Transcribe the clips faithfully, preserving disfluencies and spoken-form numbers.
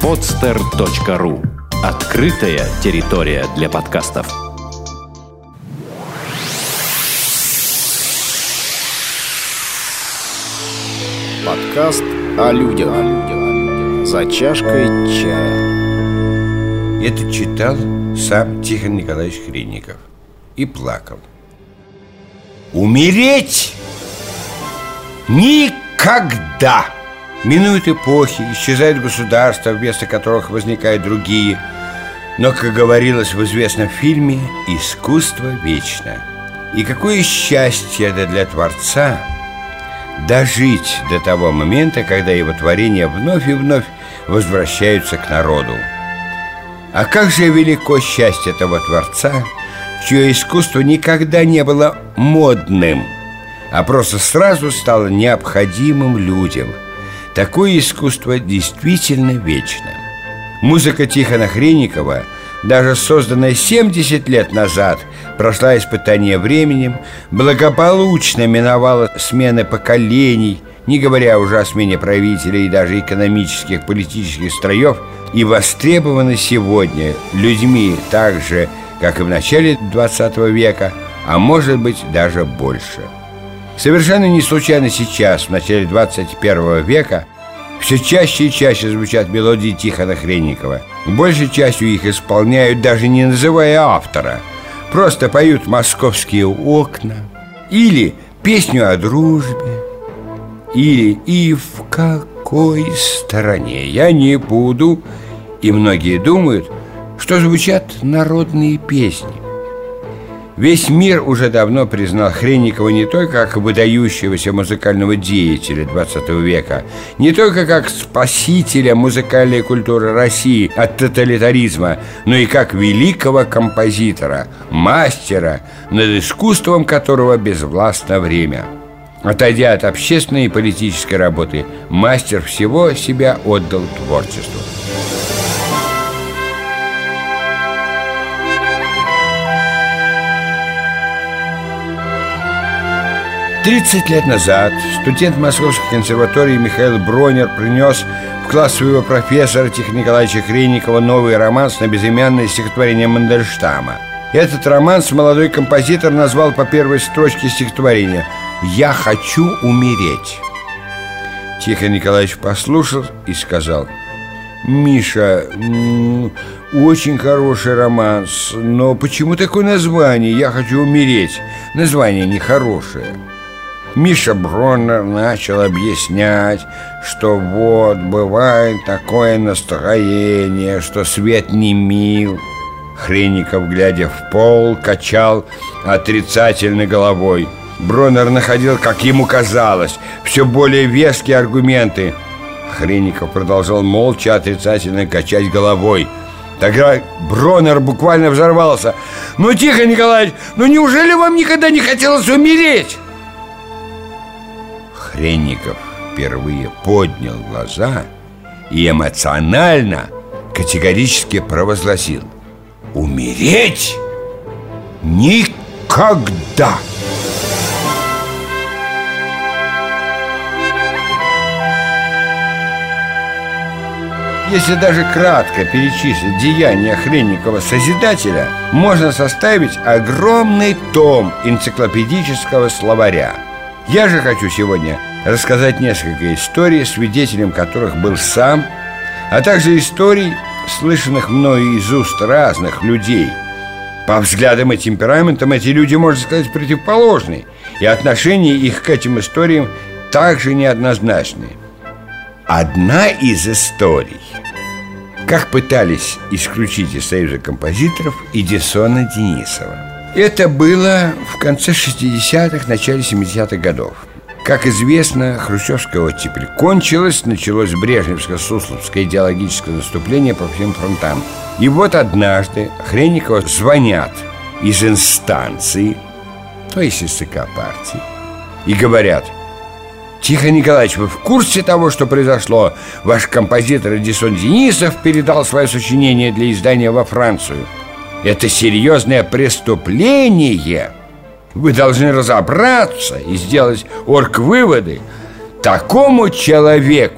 подстер точка ру. Открытая территория для подкастов. Подкаст о людях. За чашкой чая. Это читал сам Тихон Николаевич Хренников и плакал. Умереть никогда! Минуют эпохи, исчезают государства, вместо которых возникают другие. Но, как говорилось в известном фильме, искусство вечно. И какое счастье это для Творца дожить до того момента, когда его творения вновь и вновь возвращаются к народу. А как же велико счастье того Творца, чье искусство никогда не было модным, а просто сразу стало необходимым людям. Такое искусство действительно вечно. Музыка Тихона Хренникова, даже созданная семьдесят лет назад, прошла испытание временем, благополучно миновала смены поколений, не говоря уже о смене правителей и даже экономических, политических строев, и востребована сегодня людьми так же, как и в начале двадцатого века, а может быть даже больше. Совершенно не случайно сейчас, в начале двадцать первого века, все чаще и чаще звучат мелодии Тихона Хренникова. Большей частью их исполняют, даже не называя автора. Просто поют «Московские окна», или песню о дружбе, или «И в какой стороне я не буду». И многие думают, что звучат народные песни. Весь мир уже давно признал Хренникова не только как выдающегося музыкального деятеля двадцатого века, не только как спасителя музыкальной культуры России от тоталитаризма, но и как великого композитора, мастера, над искусством которого безвластно время. Отойдя от общественной и политической работы, мастер всего себя отдал творчеству. тридцать лет назад студент Московской консерватории Михаил Бронер принес в класс своего профессора Тихона Николаевича Хренникова новый романс на безымянное стихотворение Мандельштама. Этот романс молодой композитор назвал по первой строчке стихотворения «Я хочу умереть». Тихон Николаевич послушал и сказал: «Миша, очень хороший романс, но почему такое название «Я хочу умереть»? Название нехорошее». Миша Бронер начал объяснять, что вот бывает такое настроение, что свет не мил. Хренников, глядя в пол, качал отрицательно головой. Бронер находил, как ему казалось, все более веские аргументы. Хренников продолжал молча отрицательно качать головой. Тогда Бронер буквально взорвался: «Ну, Тихон Николаевич, ну неужели вам никогда не хотелось умереть?» Хренников впервые поднял глаза и эмоционально, категорически провозгласил: «Умереть? Никогда!» Если даже кратко перечислить деяния Хренникова-созидателя, можно составить огромный том энциклопедического словаря. Я же хочу сегодня рассказать несколько историй, свидетелем которых был сам, а также историй, слышанных мною из уст разных людей. По взглядам и темпераментам эти люди, можно сказать, противоположны, и отношения их к этим историям также неоднозначны. Одна из историй, как пытались исключить из Союза композиторов Эдисона Денисова. Это было в конце шестидесятых, начале семидесятых годов. Как известно, хрущевская оттепель кончилась, началось брежневско-сусловское идеологическое наступление по всем фронтам. И вот однажды Хренникову звонят из инстанции, то есть из ЦК партии, и говорят: «Тихон Николаевич, вы в курсе того, что произошло? Ваш композитор Эдисон Денисов передал свое сочинение для издания во Францию. Это серьезное преступление. Вы должны разобраться и сделать оргвыводы. Такому человеку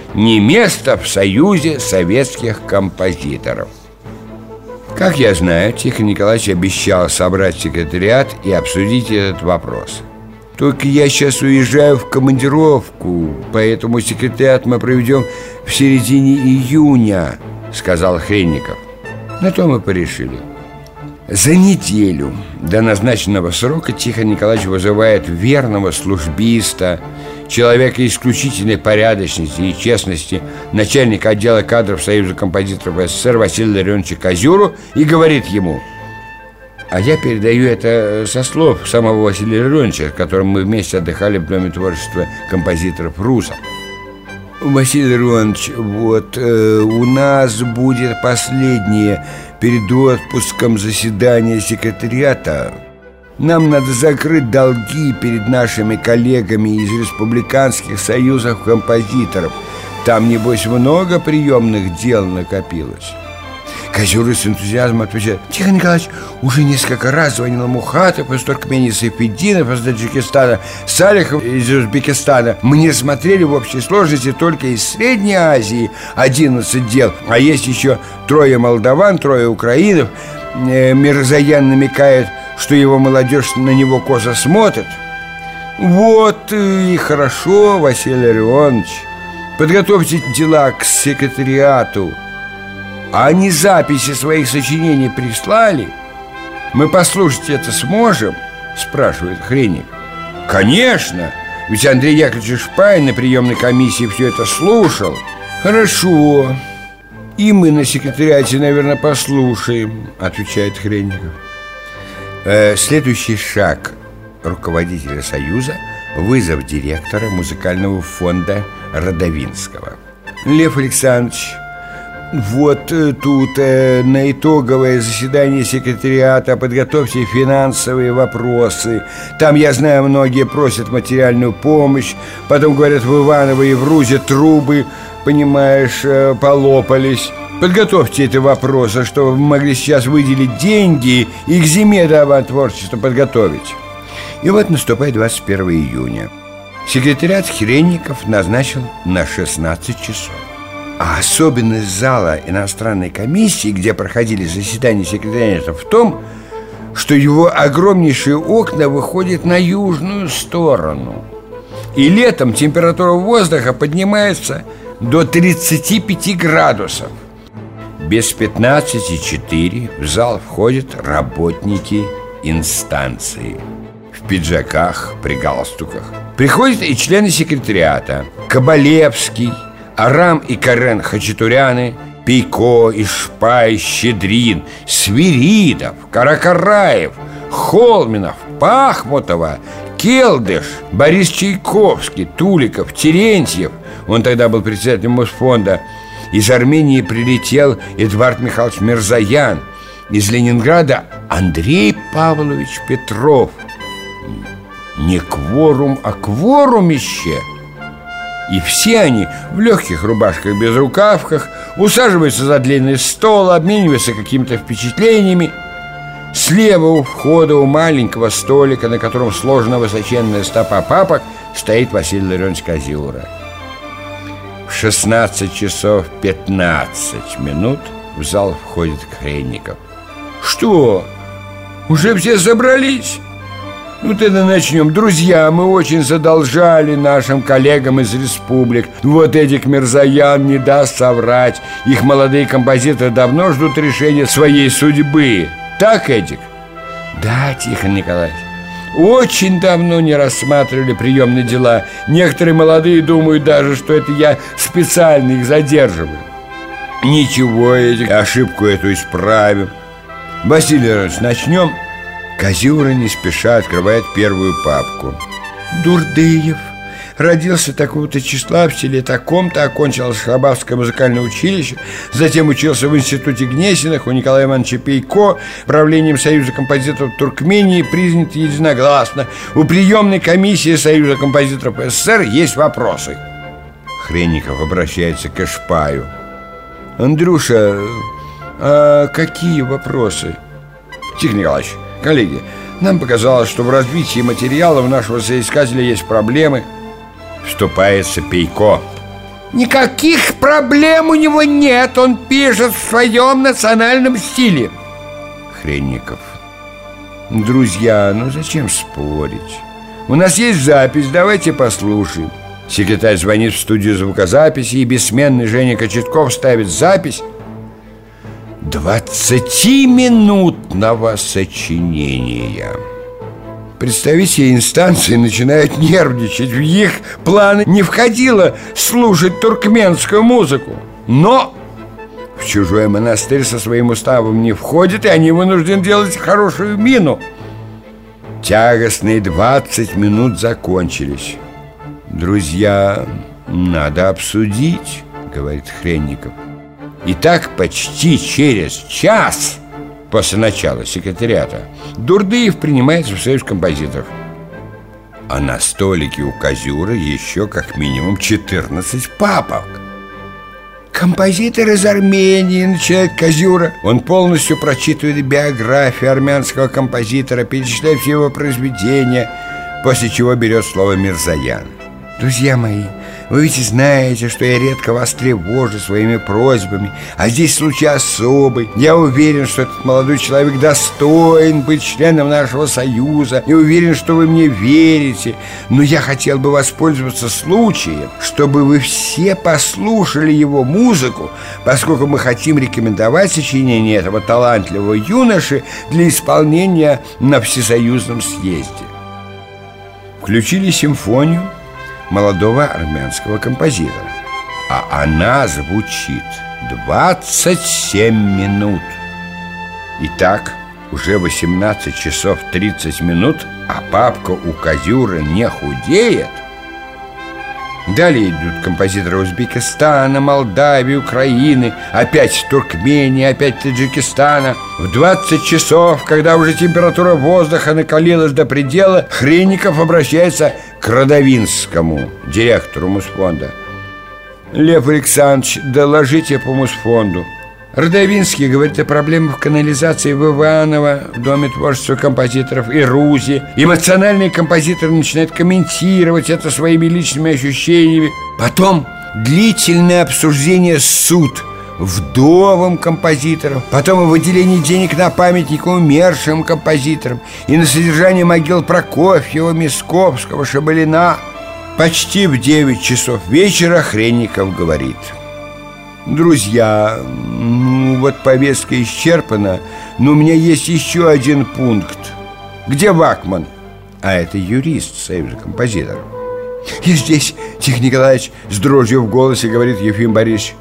не место в Союзе советских композиторов. Как я знаю, Тихон Николаевич обещал собрать секретариат и обсудить этот вопрос. Только я сейчас уезжаю в командировку, поэтому секретариат мы проведем в середине июня, сказал Хренников. На то мы порешили. За неделю до назначенного срока Тихон Николаевич вызывает верного службиста, человека исключительной порядочности и честности, начальника отдела кадров Союза композиторов СССР Василия Ларионовича Козюру, и говорит ему: а я передаю это со слов самого Василия Ларионовича, с которым мы вместе отдыхали в Доме творчества композиторов «Русов». Василий Ларионович, вот э, у нас будет последнее перед отпуском заседание секретариата. Нам надо закрыть долги перед нашими коллегами из республиканских союзов композиторов. Там, небось, много приемных дел накопилось. Козюра с энтузиазмом отвечает: Тихон Николаевич, уже несколько раз звонил Мухатов из Туркмении, Сайфетдинов из Таджикистана, Салихов из Узбекистана. Мы не смотрели в общей сложности только из Средней Азии одиннадцать дел. А есть еще трое молдаван, трое украинов. Мирзаян намекает, что его молодежь на него косо смотрит. Вот и хорошо, Василий Ларионович. Подготовьте дела к секретариату. А они записи своих сочинений прислали? Мы послушать это сможем? Спрашивает Хренников. Конечно, ведь Андрей Яковлевич Шпай на приемной комиссии все это слушал. Хорошо. И мы на секретариате, наверное, послушаем, отвечает Хренников. э, Следующий шаг руководителя Союза — вызов директора музыкального фонда Родовинского. Лев Александрович, вот тут э, на итоговое заседание секретариата подготовьте финансовые вопросы. Там, я знаю, многие просят материальную помощь. Потом говорят, в Иваново и в Рузе трубы, понимаешь, э, полопались. Подготовьте эти вопросы, чтобы вы могли сейчас выделить деньги и к зиме Дома творчества подготовить. И вот наступает двадцать первое июня. Секретариат Хренников назначил на шестнадцать часов. А особенность зала иностранной комиссии, где проходили заседания секретариата, в том, что его огромнейшие окна выходят на южную сторону. И летом температура воздуха поднимается до тридцати пяти градусов. Без пятнадцати четыре в зал входят работники инстанции в пиджаках, при галстуках. Приходят и члены секретариата: Кабалевский, Арам и Карен Хачатуряны, Пейко, Ишпай, Щедрин, Свиридов, Каракараев, Холминов, Пахмутова, Келдыш, Борис Чайковский, Туликов, Терентьев. Он тогда был председателем Мосфонда. Из Армении прилетел Эдуард Михайлович Мирзаян. Из Ленинграда Андрей Павлович Петров. Не кворум, а кворумище. И все они в легких рубашках-безрукавках усаживаются за длинный стол, обмениваются какими-то впечатлениями. Слева у входа у маленького столика, на котором сложена высоченная стопа папок, стоит Василий Ларионович Козюра. В шестнадцать часов пятнадцать минут в зал входит Хренников. Что? Уже все собрались? Ну, тогда начнем. Друзья, мы очень задолжали нашим коллегам из республик. Вот Эдик Мирзаян не даст соврать. Их молодые композиторы давно ждут решения своей судьбы. Так, Эдик? Да, Тихон Николаевич. Очень давно не рассматривали приемные дела. Некоторые молодые думают даже, что это я специально их задерживаю. Ничего, Эдик, ошибку эту исправим. Василий Иванович, начнем? Козюра не спеша открывает первую папку. Дурдыев родился такого-то числа в селе таком-то, окончил Ашхабадское музыкальное училище, затем учился в институте Гнесиных у Николая Ивановича Пейко, правлением Союза композиторов Туркмении, признат единогласно. У приемной комиссии Союза композиторов СССР есть вопросы. Хренников обращается к Ишпаю. Андрюша, а какие вопросы? Тихон Николаевич, коллеги, нам показалось, что в развитии материалов нашего соискателя есть проблемы. Вступается Пейко. Никаких проблем у него нет, он пишет в своем национальном стиле. Хренников: друзья, ну зачем спорить? У нас есть запись, давайте послушаем. Секретарь звонит в студию звукозаписи, и бессменный Женя Кочетков ставит запись двадцатиминутного сочинения. Представители инстанции начинают нервничать. В их планы не входило слушать туркменскую музыку. Но в чужой монастырь со своим уставом не входит, и они вынуждены делать хорошую мину. Тягостные двадцать минут закончились. Друзья, надо обсудить, говорит Хренников. И так почти через час после начала секретариата Дурдыев принимается в союз композиторов. А на столике у Козюра еще как минимум четырнадцать папок. Композитор из Армении, начинает Козюра. Он полностью прочитывает биографию армянского композитора, перечисляет все его произведения, после чего берет слово Мирзоян. Друзья мои, вы ведь знаете, что я редко вас тревожу своими просьбами, а здесь случай особый. Я уверен, что этот молодой человек достоин быть членом нашего союза, и уверен, что вы мне верите. Но я хотел бы воспользоваться случаем, чтобы вы все послушали его музыку, поскольку мы хотим рекомендовать сочинение этого талантливого юноши для исполнения на всесоюзном съезде. Включили симфонию молодого армянского композитора, а она звучит двадцать семь минут. Итак, уже восемнадцать часов тридцать минут, а папка у Козюры не худеет. Далее идут композиторы Узбекистана, Молдавии, Украины, опять Туркмении, опять Таджикистана. В двадцать часов, когда уже температура воздуха накалилась до предела, Хренников обращается к Радовинскому, директору Мусфонда. Лев Александрович, доложите по Мусфонду. Радовинский говорит о проблемах канализации в Иваново, в Доме творчества композиторов, и Рузе. Эмоциональный композитор начинает комментировать это своими личными ощущениями. Потом длительное обсуждение суд вдовам композиторов, потом о выделении денег на памятник умершим композиторам и на содержание могил Прокофьева, Мисковского, Шабалина. Почти в девять часов вечера Хренников говорит: друзья, ну вот повестка исчерпана, но у меня есть еще один пункт. Где Вакман? А это юрист Союза композиторов. И здесь Тихо Николаевич с дрожью в голосе говорит Ефим Борисович: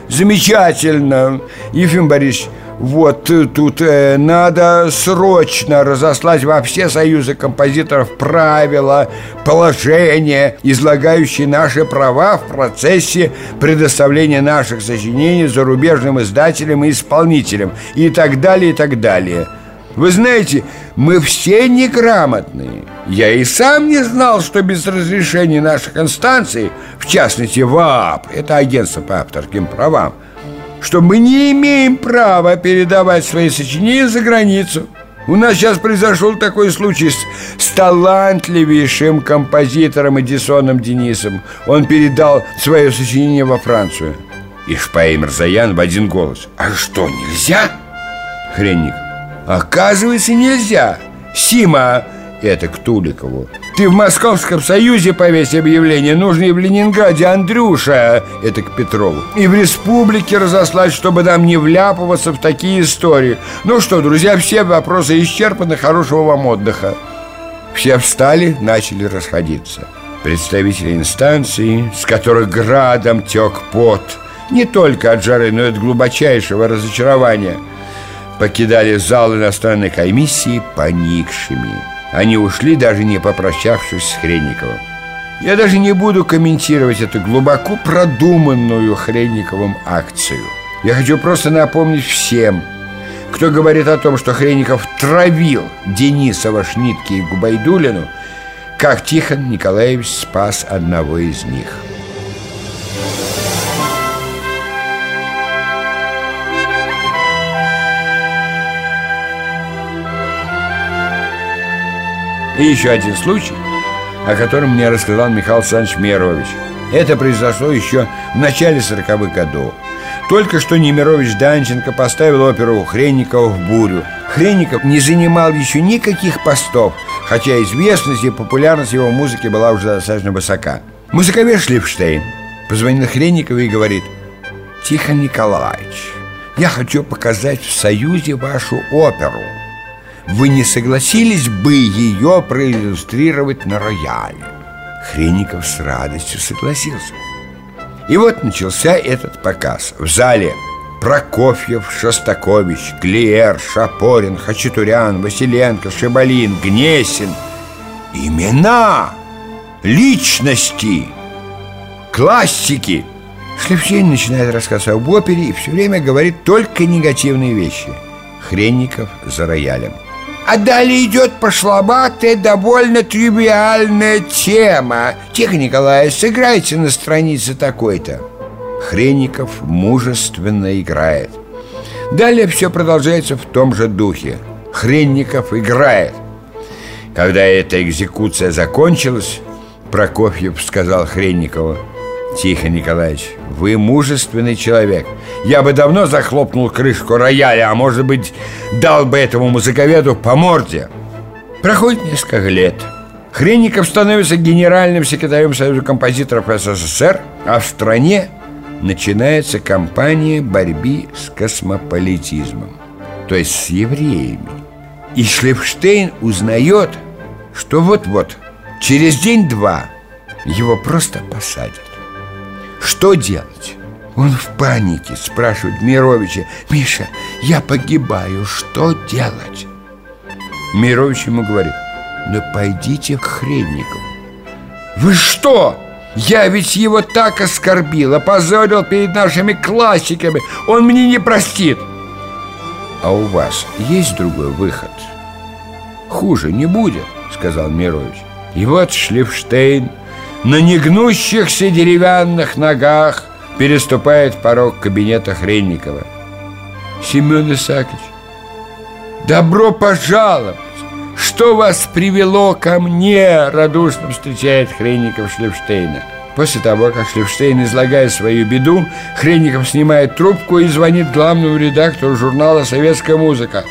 замечательно, Ефим Борисович, вот тут э, надо срочно разослать во все союзы композиторов правила, положения, излагающие наши права в процессе предоставления наших сочинений зарубежным издателям и исполнителям, и так далее, и так далее. Вы знаете, мы все неграмотные. Я и сам не знал, что без разрешения наших инстанций, в частности ВААП, это агентство по авторским правам, что мы не имеем права передавать свои сочинения за границу. У нас сейчас произошел такой случай с, с талантливейшим композитором Эдисоном Денисом. Он передал свое сочинение во Францию. И Шпай и Мирзоян в один голос: а что, нельзя? Хренников: оказывается, нельзя. Сима, это к Туликову, ты в Московском Союзе повесь объявление. Нужно и в Ленинграде, Андрюша, это к Петрову, и в республике разослать, чтобы нам не вляпываться в такие истории. Ну что, друзья, все вопросы исчерпаны. Хорошего вам отдыха. Все встали, начали расходиться. Представители инстанции, с которых градом тек пот, не только от жары, но и от глубочайшего разочарования, покидали зал иностранной комиссии поникшими. Они ушли, даже не попрощавшись с Хренниковым. Я даже не буду комментировать эту глубоко продуманную Хренниковым акцию. Я хочу просто напомнить всем, кто говорит о том, что Хренников травил Денисова, Шнитке и Губайдуллину, как Тихон Николаевич спас одного из них. И еще один случай, о котором мне рассказал Михаил Александрович Мерович. Это произошло еще в начале сороковых годов. Только что Немирович Данченко поставил оперу Хренникова в бурю. Хренников не занимал еще никаких постов, хотя известность и популярность его музыки была уже достаточно высока. Музыковед Шлифштейн позвонил Хренникову и говорит: «Тихон Николаевич, я хочу показать в Союзе вашу оперу. Вы не согласились бы ее проиллюстрировать на рояле?» Хренников с радостью согласился. И вот начался этот показ. В зале Прокофьев, Шостакович, Глиер, Шапорин, Хачатурян, Василенко, Шибалин, Гнесин. Имена, личности, классики. Шлифштейн начинает рассказ об опере и все время говорит только негативные вещи. Хренников за роялем. А далее идет пошловатая, довольно тривиальная тема. Тихо, Николаевич, сыграйте на странице такой-то. Хренников мужественно играет. Далее все продолжается в том же духе. Хренников играет. Когда эта экзекуция закончилась, Прокофьев сказал Хренникову: «Тихо, Николаевич, вы мужественный человек. Я бы давно захлопнул крышку рояля, а может быть, дал бы этому музыковеду по морде». Проходит несколько лет. Хренников становится генеральным секретарем Союза композиторов СССР, а в стране начинается кампания борьбы с космополитизмом, то есть с евреями. И Шлифштейн узнает, что вот-вот, через день-два, его просто посадят. Что делать? Он в панике спрашивает Мировича: «Миша, я погибаю, что делать?» Мирович ему говорит: «Ну пойдите к Хренникову». «Вы что? Я ведь его так оскорбил, опозорил перед нашими классиками. Он мне не простит». «А у вас есть другой выход?» «Хуже не будет», сказал Мирович. И вот Шлифштейн на негнущихся деревянных ногах переступает порог кабинета Хренникова. «Семен Исаакович, добро пожаловать! Что вас привело ко мне?» радушно встречает Хренников Шлифштейна. После того, как Шлифштейн излагает свою беду, Хренников снимает трубку и звонит главному редактору журнала «Советская музыка».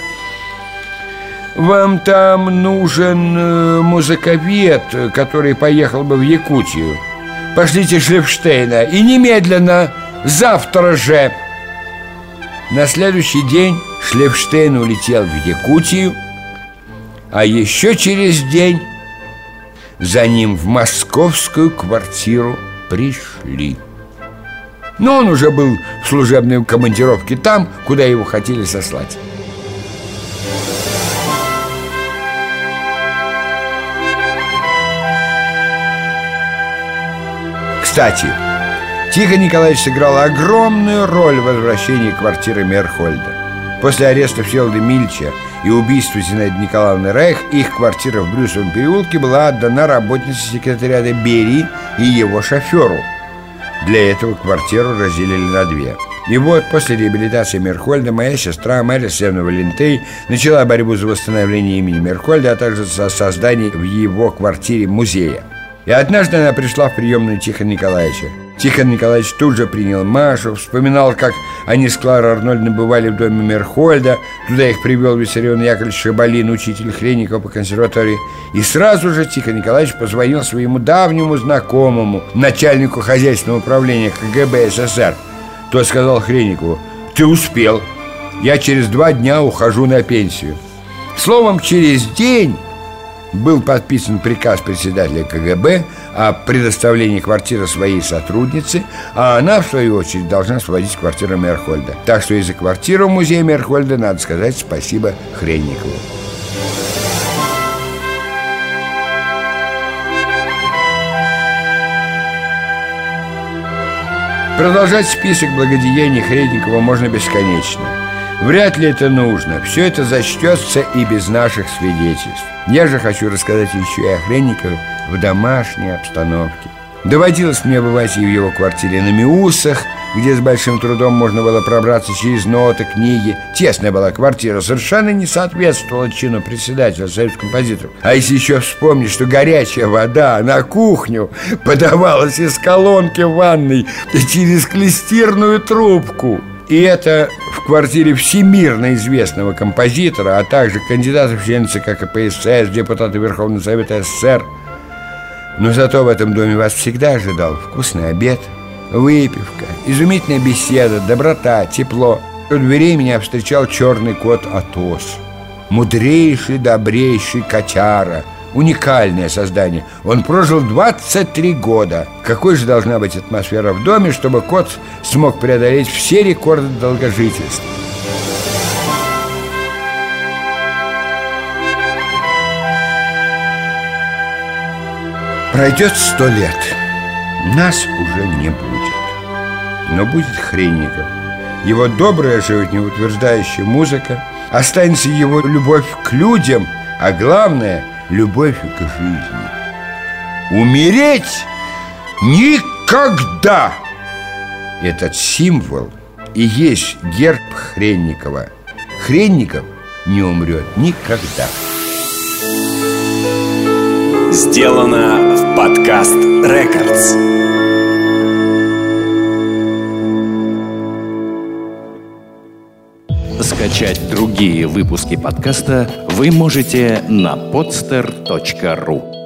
«Вам там нужен музыковед, который поехал бы в Якутию. Пошлите Шлифштейна, и немедленно, завтра же!» На следующий день Шлифштейн улетел в Якутию, а еще через день за ним в московскую квартиру пришли. Но он уже был в служебной командировке там, куда его хотели сослать. Кстати, Тихон Николаевич сыграл огромную роль в возвращении квартиры Мейерхольда. После ареста Всеволода Мильча и убийства Зинаиды Николаевны Райх их квартира в Брюсовом переулке была отдана работнице секретариата Берии и его шоферу. Для этого квартиру разделили на две. И вот после реабилитации Мейерхольда моя сестра Марья Алексеевна Валентей начала борьбу за восстановление имени Мейерхольда, а также за создание в его квартире музея. И однажды она пришла в приемную Тихона Николаевича. Тихон Николаевич тут же принял Машу, вспоминал, как они с Кларой Арнольдовной бывали в доме Мейерхольда. Туда их привел Виссарион Яковлевич Шибалин, учитель Хренникова по консерватории. И сразу же Тихон Николаевич позвонил своему давнему знакомому, начальнику хозяйственного управления КГБ СССР. Тот сказал Хренникову: «Ты успел, я через два дня ухожу на пенсию». Словом, через день был подписан приказ председателя КГБ о предоставлении квартиры своей сотруднице, а она, в свою очередь, должна сводить квартиру Мейерхольда. Так что и за квартиру в музее Мейерхольда надо сказать спасибо Хренникову. Продолжать список благодеяний Хренникова можно бесконечно. Вряд ли это нужно. Все это зачтется и без наших свидетельств. Я же хочу рассказать еще и о Хренникове в домашней обстановке. Доводилось мне бывать и в его квартире на Миусах, где с большим трудом можно было пробраться через ноты, книги. Тесная была квартира, совершенно не соответствовала чину председателя Союза композиторов. А если еще вспомнить, что горячая вода на кухню подавалась из колонки в ванной через клестирную трубку. И это в квартире всемирно известного композитора, а также кандидатов в члены ЦК КПСС, депутата Верховного Совета СССР. Но зато в этом доме вас всегда ожидал вкусный обед, выпивка, изумительная беседа, доброта, тепло. У дверей меня встречал черный кот Атос. Мудрейший, добрейший котяра. Уникальное создание. Он прожил двадцать три года. Какой же должна быть атмосфера в доме, чтобы кот смог преодолеть все рекорды долгожительства? Пройдет сто лет, нас уже не будет. Но будет Хренников. Его добрая, жизнеутверждающая музыка. Останется его любовь к людям, а главное – любовь к жизни. Умереть никогда! Этот символ и есть герб Хренникова. Хренников не умрет никогда. Сделано в Подкаст Рекордс. Скачать другие выпуски подкаста вы можете на podster точка ру.